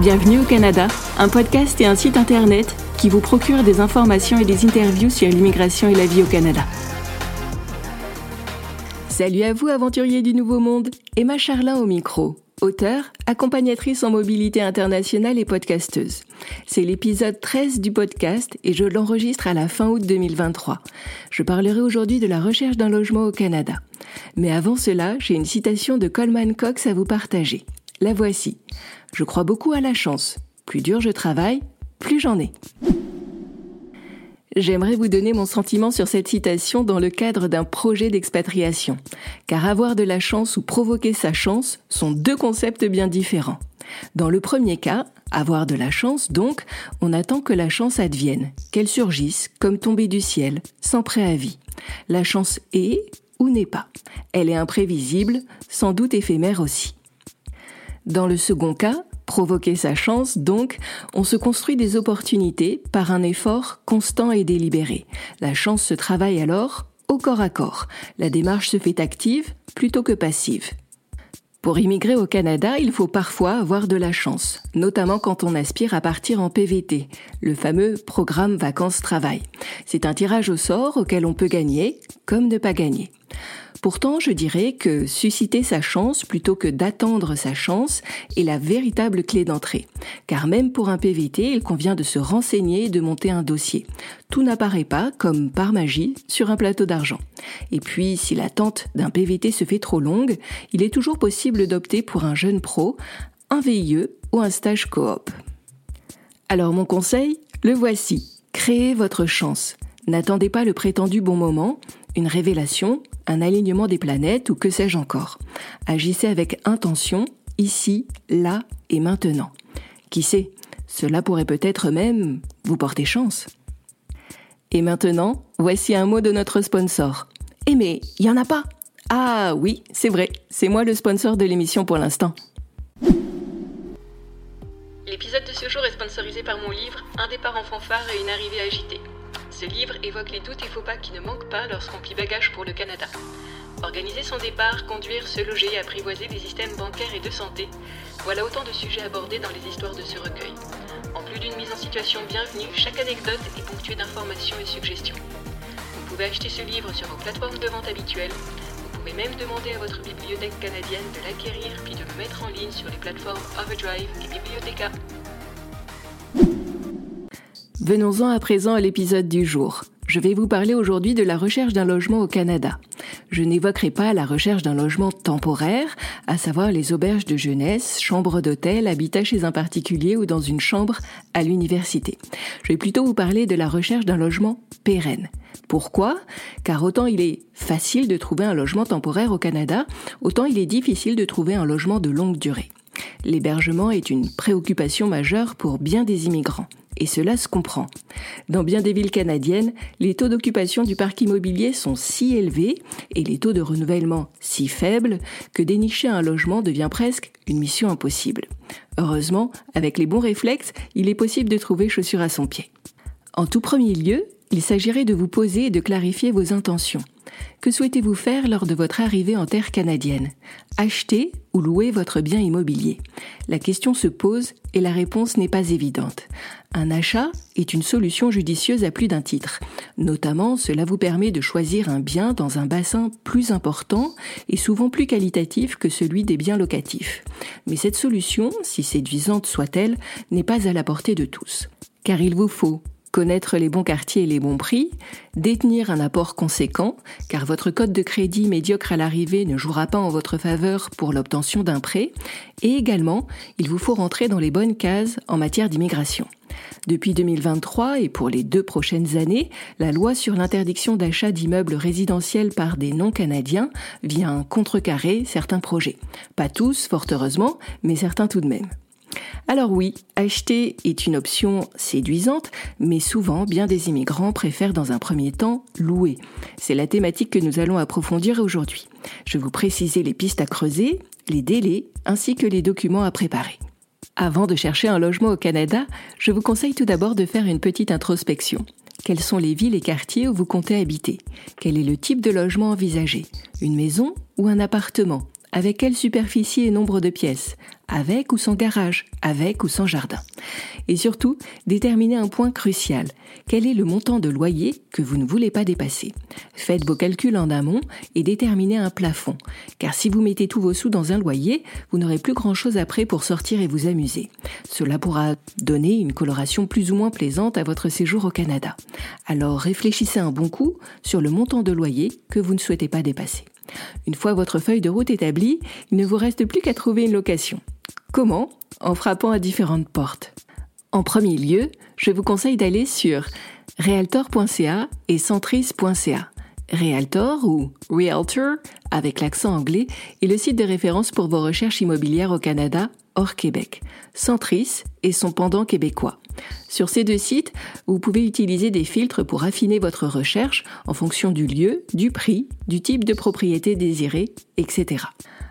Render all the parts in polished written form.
Bienvenue au Canada, un podcast et un site internet qui vous procure des informations et des interviews sur l'immigration et la vie au Canada. Salut à vous aventuriers du Nouveau Monde, Emma Charlin au micro, auteure, accompagnatrice en mobilité internationale et podcasteuse. C'est l'épisode 13 du podcast et je l'enregistre à la fin août 2023. Je parlerai aujourd'hui de la recherche d'un logement au Canada. Mais avant cela, j'ai une citation de Coleman Cox à vous partager. La voici. Je crois beaucoup à la chance. Plus dur je travaille, plus j'en ai. J'aimerais vous donner mon sentiment sur cette citation dans le cadre d'un projet d'expatriation. Car avoir de la chance ou provoquer sa chance sont deux concepts bien différents. Dans le premier cas, avoir de la chance, donc, on attend que la chance advienne, qu'elle surgisse comme tombée du ciel, sans préavis. La chance est ou n'est pas. Elle est imprévisible, sans doute éphémère aussi. Dans le second cas, provoquer sa chance, donc, on se construit des opportunités par un effort constant et délibéré. La chance se travaille alors au corps à corps. La démarche se fait active plutôt que passive. Pour immigrer au Canada, il faut parfois avoir de la chance, notamment quand on aspire à partir en PVT, le fameux programme vacances-travail. C'est un tirage au sort auquel on peut gagner comme ne pas gagner. Pourtant, je dirais que susciter sa chance plutôt que d'attendre sa chance est la véritable clé d'entrée. Car même pour un PVT, il convient de se renseigner et de monter un dossier. Tout n'apparaît pas, comme par magie, sur un plateau d'argent. Et puis, si l'attente d'un PVT se fait trop longue, il est toujours possible d'opter pour un jeune pro, un VIE ou un stage coop. Alors mon conseil, le voici. Créez votre chance. N'attendez pas le prétendu bon moment, une révélation, un alignement des planètes ou que sais-je encore. Agissez avec intention, ici, là et maintenant. Qui sait, cela pourrait peut-être même vous porter chance. Et maintenant, voici un mot de notre sponsor. Eh mais, il n'y en a pas! Ah oui, c'est vrai, c'est moi le sponsor de l'émission pour l'instant. L'épisode de ce jour est sponsorisé par mon livre « Un départ en fanfare et une arrivée agitée ». Ce livre évoque les doutes et faux pas qui ne manquent pas lorsqu'on plie bagage pour le Canada. Organiser son départ, conduire, se loger et apprivoiser des systèmes bancaires et de santé, voilà autant de sujets abordés dans les histoires de ce recueil. En plus d'une mise en situation bienvenue, chaque anecdote est ponctuée d'informations et suggestions. Vous pouvez acheter ce livre sur vos plateformes de vente habituelles. Vous pouvez même demander à votre bibliothèque canadienne de l'acquérir puis de le mettre en ligne sur les plateformes Overdrive et Bibliotheca. Venons-en à présent à l'épisode du jour. Je vais vous parler aujourd'hui de la recherche d'un logement au Canada. Je n'évoquerai pas la recherche d'un logement temporaire, à savoir les auberges de jeunesse, chambres d'hôtel, habitat chez un particulier ou dans une chambre à l'université. Je vais plutôt vous parler de la recherche d'un logement pérenne. Pourquoi ? Car autant il est facile de trouver un logement temporaire au Canada, autant il est difficile de trouver un logement de longue durée. L'hébergement est une préoccupation majeure pour bien des immigrants. Et cela se comprend. Dans bien des villes canadiennes, les taux d'occupation du parc immobilier sont si élevés et les taux de renouvellement si faibles que dénicher un logement devient presque une mission impossible. Heureusement, avec les bons réflexes, il est possible de trouver chaussure à son pied. En tout premier lieu, il s'agirait de vous poser et de clarifier vos intentions. Que souhaitez-vous faire lors de votre arrivée en terre canadienne ? Acheter ou louer votre bien immobilier ? La question se pose et la réponse n'est pas évidente. Un achat est une solution judicieuse à plus d'un titre. Notamment, cela vous permet de choisir un bien dans un bassin plus important et souvent plus qualitatif que celui des biens locatifs. Mais cette solution, si séduisante soit-elle, n'est pas à la portée de tous. Car il vous faut connaître les bons quartiers et les bons prix, détenir un apport conséquent, car votre code de crédit médiocre à l'arrivée ne jouera pas en votre faveur pour l'obtention d'un prêt, et également, il vous faut rentrer dans les bonnes cases en matière d'immigration. Depuis 2023 et pour les 2 prochaines années, la loi sur l'interdiction d'achat d'immeubles résidentiels par des non-canadiens vient contrecarrer certains projets. Pas tous, fort heureusement, mais certains tout de même. Alors oui, acheter est une option séduisante, mais souvent, bien des immigrants préfèrent dans un premier temps louer. C'est la thématique que nous allons approfondir aujourd'hui. Je vais vous préciser les pistes à creuser, les délais, ainsi que les documents à préparer. Avant de chercher un logement au Canada, je vous conseille tout d'abord de faire une petite introspection. Quelles sont les villes et quartiers où vous comptez habiter ? Quel est le type de logement envisagé ? Une maison ou un appartement ? Avec quelle superficie et nombre de pièces? Avec ou sans garage? Avec ou sans jardin? Et surtout, déterminez un point crucial. Quel est le montant de loyer que vous ne voulez pas dépasser? Faites vos calculs en amont et déterminez un plafond. Car si vous mettez tous vos sous dans un loyer, vous n'aurez plus grand-chose après pour sortir et vous amuser. Cela pourra donner une coloration plus ou moins plaisante à votre séjour au Canada. Alors réfléchissez un bon coup sur le montant de loyer que vous ne souhaitez pas dépasser. Une fois votre feuille de route établie, il ne vous reste plus qu'à trouver une location. Comment? En frappant à différentes portes. En premier lieu, je vous conseille d'aller sur realtor.ca et centris.ca. Realtor ou Realtor, avec l'accent anglais, est le site de référence pour vos recherches immobilières au Canada, hors Québec. Centris est son pendant québécois. Sur ces deux sites, vous pouvez utiliser des filtres pour affiner votre recherche en fonction du lieu, du prix, du type de propriété désirée, etc.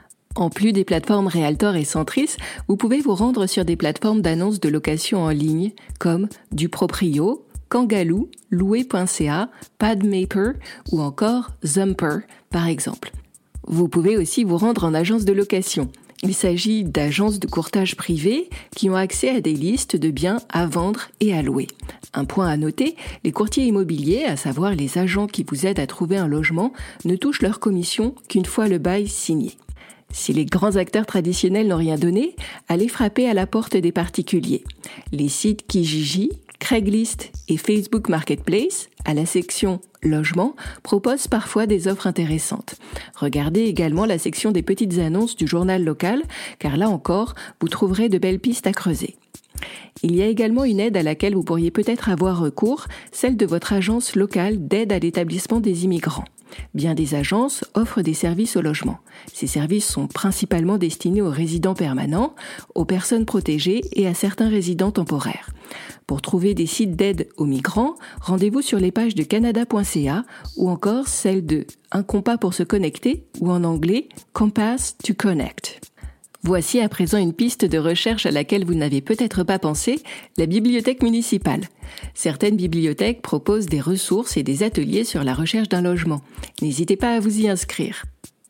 En plus des plateformes Realtor et Centris, vous pouvez vous rendre sur des plateformes d'annonces de location en ligne comme Duproprio, Kangaloo, Louer.ca, Padmaper ou encore Zumper, par exemple. Vous pouvez aussi vous rendre en agence de location. Il s'agit d'agences de courtage privées qui ont accès à des listes de biens à vendre et à louer. Un point à noter, les courtiers immobiliers, à savoir les agents qui vous aident à trouver un logement, ne touchent leur commission qu'une fois le bail signé. Si les grands acteurs traditionnels n'ont rien donné, allez frapper à la porte des particuliers. Les sites Kijiji, Craigslist et Facebook Marketplace, à la section Logement, proposent parfois des offres intéressantes. Regardez également la section des petites annonces du journal local, car là encore, vous trouverez de belles pistes à creuser. Il y a également une aide à laquelle vous pourriez peut-être avoir recours, celle de votre agence locale d'aide à l'établissement des immigrants. Bien des agences offrent des services au logement. Ces services sont principalement destinés aux résidents permanents, aux personnes protégées et à certains résidents temporaires. Pour trouver des sites d'aide aux migrants, rendez-vous sur les pages de canada.ca ou encore celle de Un compas pour se connecter ou en anglais Compass to Connect. Voici à présent une piste de recherche à laquelle vous n'avez peut-être pas pensé, la bibliothèque municipale. Certaines bibliothèques proposent des ressources et des ateliers sur la recherche d'un logement. N'hésitez pas à vous y inscrire.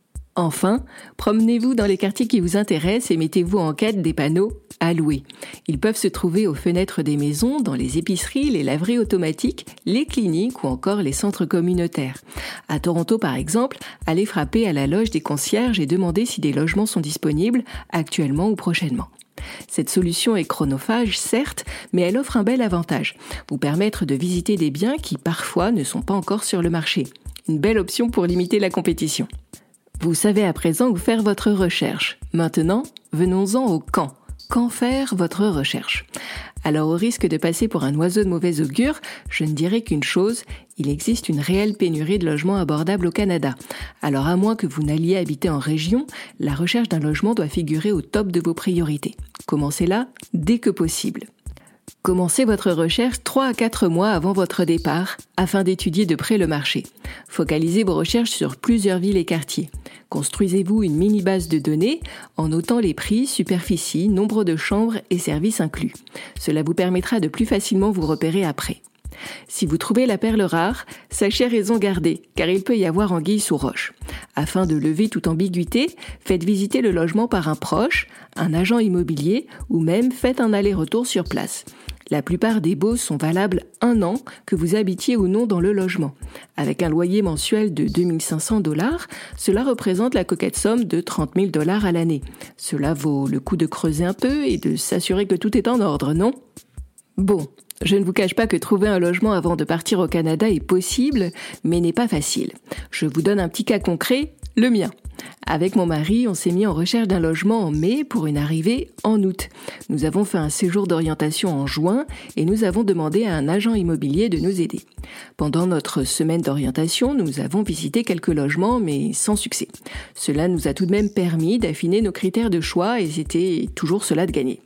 Enfin, promenez-vous dans les quartiers qui vous intéressent et mettez-vous en quête des panneaux à louer. Ils peuvent se trouver aux fenêtres des maisons, dans les épiceries, les laveries automatiques, les cliniques ou encore les centres communautaires. À Toronto par exemple, allez frapper à la loge des concierges et demandez si des logements sont disponibles actuellement ou prochainement. Cette solution est chronophage, certes, mais elle offre un bel avantage, vous permettre de visiter des biens qui parfois ne sont pas encore sur le marché. Une belle option pour limiter la compétition. Vous savez à présent où faire votre recherche. Maintenant, venons-en au quand. Quand faire votre recherche? Alors au risque de passer pour un oiseau de mauvais augure, je ne dirai qu'une chose, il existe une réelle pénurie de logements abordables au Canada. Alors à moins que vous n'alliez habiter en région, la recherche d'un logement doit figurer au top de vos priorités. Commencez là dès que possible. Commencez votre recherche 3 à 4 mois avant votre départ afin d'étudier de près le marché. Focalisez vos recherches sur plusieurs villes et quartiers. Construisez-vous une mini-base de données en notant les prix, superficie, nombre de chambres et services inclus. Cela vous permettra de plus facilement vous repérer après. Si vous trouvez la perle rare, sachez raison garder, car il peut y avoir anguille sous roche. Afin de lever toute ambiguïté, faites visiter le logement par un proche, un agent immobilier ou même faites un aller-retour sur place. La plupart des baux sont valables 1 an, que vous habitiez ou non dans le logement. Avec un loyer mensuel de 2 500 $, cela représente la coquette somme de 30 000 $ à l'année. Cela vaut le coup de creuser un peu et de s'assurer que tout est en ordre, non? Bon, je ne vous cache pas que trouver un logement avant de partir au Canada est possible, mais n'est pas facile. Je vous donne un petit cas concret, le mien. Avec mon mari, on s'est mis en recherche d'un logement en mai pour une arrivée en août. Nous avons fait un séjour d'orientation en juin et nous avons demandé à un agent immobilier de nous aider. Pendant notre semaine d'orientation, nous avons visité quelques logements, mais sans succès. Cela nous a tout de même permis d'affiner nos critères de choix et c'était toujours cela de gagner.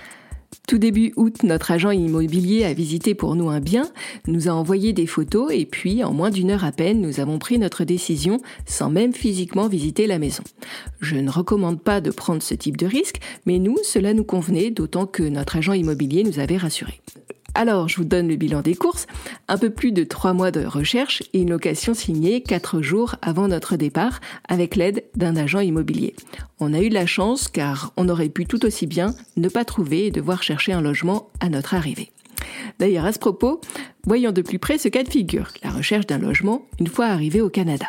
Tout début août, notre agent immobilier a visité pour nous un bien, nous a envoyé des photos et puis, en moins d'1 heure à peine, nous avons pris notre décision sans même physiquement visiter la maison. Je ne recommande pas de prendre ce type de risque, mais nous, cela nous convenait, d'autant que notre agent immobilier nous avait rassurés. Alors, je vous donne le bilan des courses. Un peu plus de 3 mois de recherche et une location signée 4 jours avant notre départ avec l'aide d'un agent immobilier. On a eu de la chance car on aurait pu tout aussi bien ne pas trouver et devoir chercher un logement à notre arrivée. D'ailleurs, à ce propos, voyons de plus près ce cas de figure, la recherche d'un logement une fois arrivé au Canada.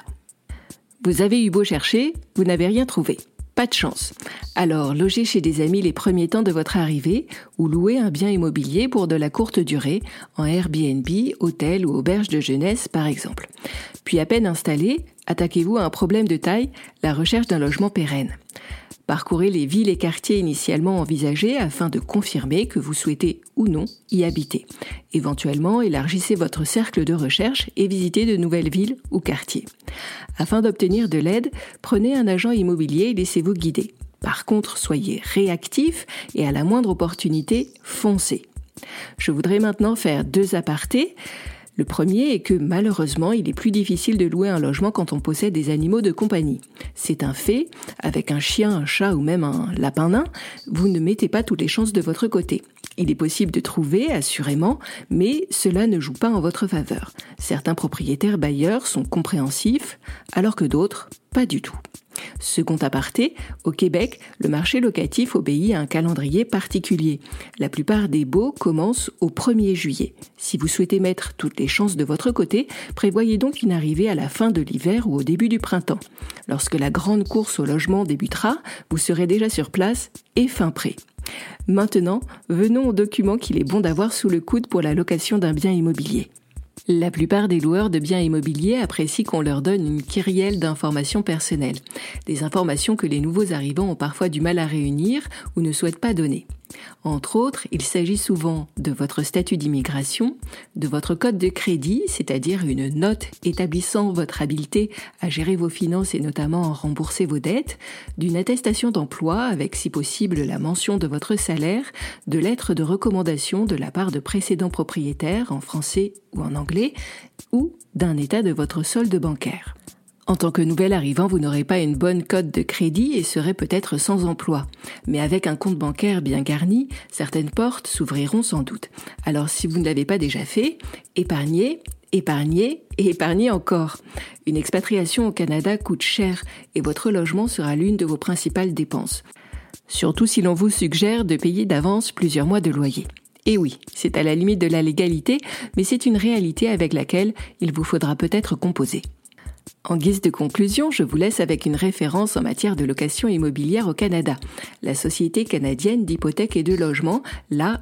Vous avez eu beau chercher, vous n'avez rien trouvé. Pas de chance. Alors, logez chez des amis les premiers temps de votre arrivée ou louez un bien immobilier pour de la courte durée, en Airbnb, hôtel ou auberge de jeunesse par exemple. Puis à peine installé, attaquez-vous à un problème de taille, la recherche d'un logement pérenne. Parcourez les villes et quartiers initialement envisagés afin de confirmer que vous souhaitez ou non y habiter. Éventuellement, élargissez votre cercle de recherche et visitez de nouvelles villes ou quartiers. Afin d'obtenir de l'aide, prenez un agent immobilier et laissez-vous guider. Par contre, soyez réactif et à la moindre opportunité, foncez. Je voudrais maintenant faire 2 apartés. Le premier est que malheureusement, il est plus difficile de louer un logement quand on possède des animaux de compagnie. C'est un fait, avec un chien, un chat ou même un lapin nain, vous ne mettez pas toutes les chances de votre côté. Il est possible de trouver, assurément, mais cela ne joue pas en votre faveur. Certains propriétaires bailleurs sont compréhensifs, alors que d'autres, pas du tout. Second aparté, au Québec, le marché locatif obéit à un calendrier particulier. La plupart des baux commencent au 1er juillet. Si vous souhaitez mettre toutes les chances de votre côté, prévoyez donc une arrivée à la fin de l'hiver ou au début du printemps. Lorsque la grande course au logement débutera, vous serez déjà sur place et fin prêt. Maintenant, venons aux documents qu'il est bon d'avoir sous le coude pour la location d'un bien immobilier. La plupart des loueurs de biens immobiliers apprécient qu'on leur donne une kyrielle d'informations personnelles. Des informations que les nouveaux arrivants ont parfois du mal à réunir ou ne souhaitent pas donner. Entre autres, il s'agit souvent de votre statut d'immigration, de votre code de crédit, c'est-à-dire une note établissant votre habileté à gérer vos finances et notamment à rembourser vos dettes, d'une attestation d'emploi avec si possible la mention de votre salaire, de lettres de recommandation de la part de précédents propriétaires en français ou en anglais, ou d'un état de votre solde bancaire. En tant que nouvel arrivant, vous n'aurez pas une bonne cote de crédit et serez peut-être sans emploi. Mais avec un compte bancaire bien garni, certaines portes s'ouvriront sans doute. Alors si vous ne l'avez pas déjà fait, épargnez, épargnez et épargnez encore. Une expatriation au Canada coûte cher et votre logement sera l'une de vos principales dépenses. Surtout si l'on vous suggère de payer d'avance plusieurs mois de loyer. Et oui, c'est à la limite de la légalité, mais c'est une réalité avec laquelle il vous faudra peut-être composer. En guise de conclusion, je vous laisse avec une référence en matière de location immobilière au Canada. La Société canadienne d'hypothèques et de logement, la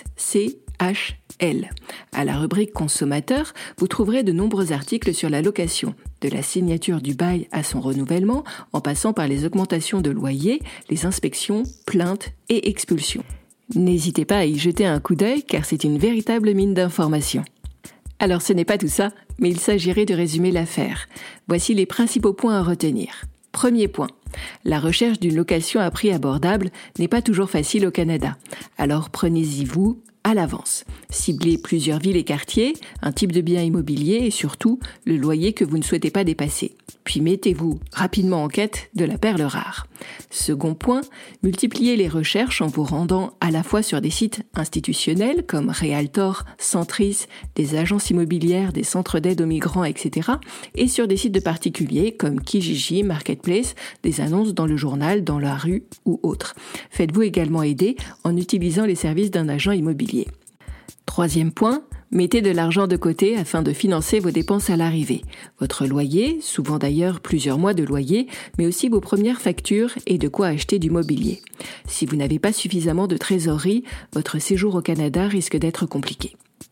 SCHL. À la rubrique consommateurs, vous trouverez de nombreux articles sur la location, de la signature du bail à son renouvellement, en passant par les augmentations de loyers, les inspections, plaintes et expulsions. N'hésitez pas à y jeter un coup d'œil car c'est une véritable mine d'informations. Alors ce n'est pas tout ça, mais il s'agirait de résumer l'affaire. Voici les principaux points à retenir. Premier point, la recherche d'une location à prix abordable n'est pas toujours facile au Canada. Alors prenez-y vous à l'avance. Ciblez plusieurs villes et quartiers, un type de bien immobilier et surtout le loyer que vous ne souhaitez pas dépasser. Puis mettez-vous rapidement en quête de la perle rare. Second point, multipliez les recherches en vous rendant à la fois sur des sites institutionnels comme Realtor, Centris, des agences immobilières, des centres d'aide aux migrants, etc. et sur des sites de particuliers comme Kijiji, Marketplace, des annonces dans le journal, dans la rue ou autres. Faites-vous également aider en utilisant les services d'un agent immobilier. Troisième point, mettez de l'argent de côté afin de financer vos dépenses à l'arrivée. Votre loyer, souvent d'ailleurs plusieurs mois de loyer, mais aussi vos premières factures et de quoi acheter du mobilier. Si vous n'avez pas suffisamment de trésorerie, votre séjour au Canada risque d'être compliqué.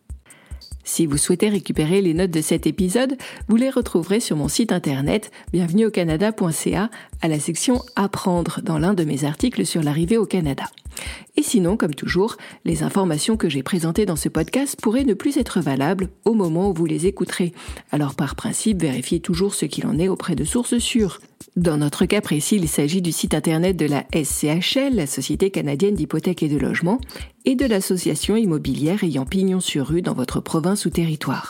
Si vous souhaitez récupérer les notes de cet épisode, vous les retrouverez sur mon site internet bienvenueaucanada.ca à la section Apprendre dans l'un de mes articles sur l'arrivée au Canada. Et sinon, comme toujours, les informations que j'ai présentées dans ce podcast pourraient ne plus être valables au moment où vous les écouterez. Alors par principe, vérifiez toujours ce qu'il en est auprès de sources sûres. Dans notre cas précis, il s'agit du site internet de la SCHL, la Société canadienne d'hypothèques et de logement, et de l'association immobilière ayant pignon sur rue dans votre province ou territoire.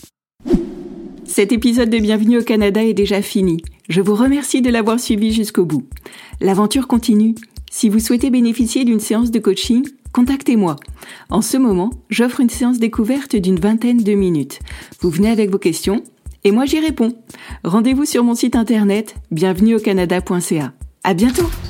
Cet épisode de Bienvenue au Canada est déjà fini. Je vous remercie de l'avoir suivi jusqu'au bout. L'aventure continue. Si vous souhaitez bénéficier d'une séance de coaching, contactez-moi. En ce moment, j'offre une séance découverte d'une 20aine de minutes. Vous venez avec vos questions et moi j'y réponds. Rendez-vous sur mon site internet bienvenueaucanada.ca. À bientôt!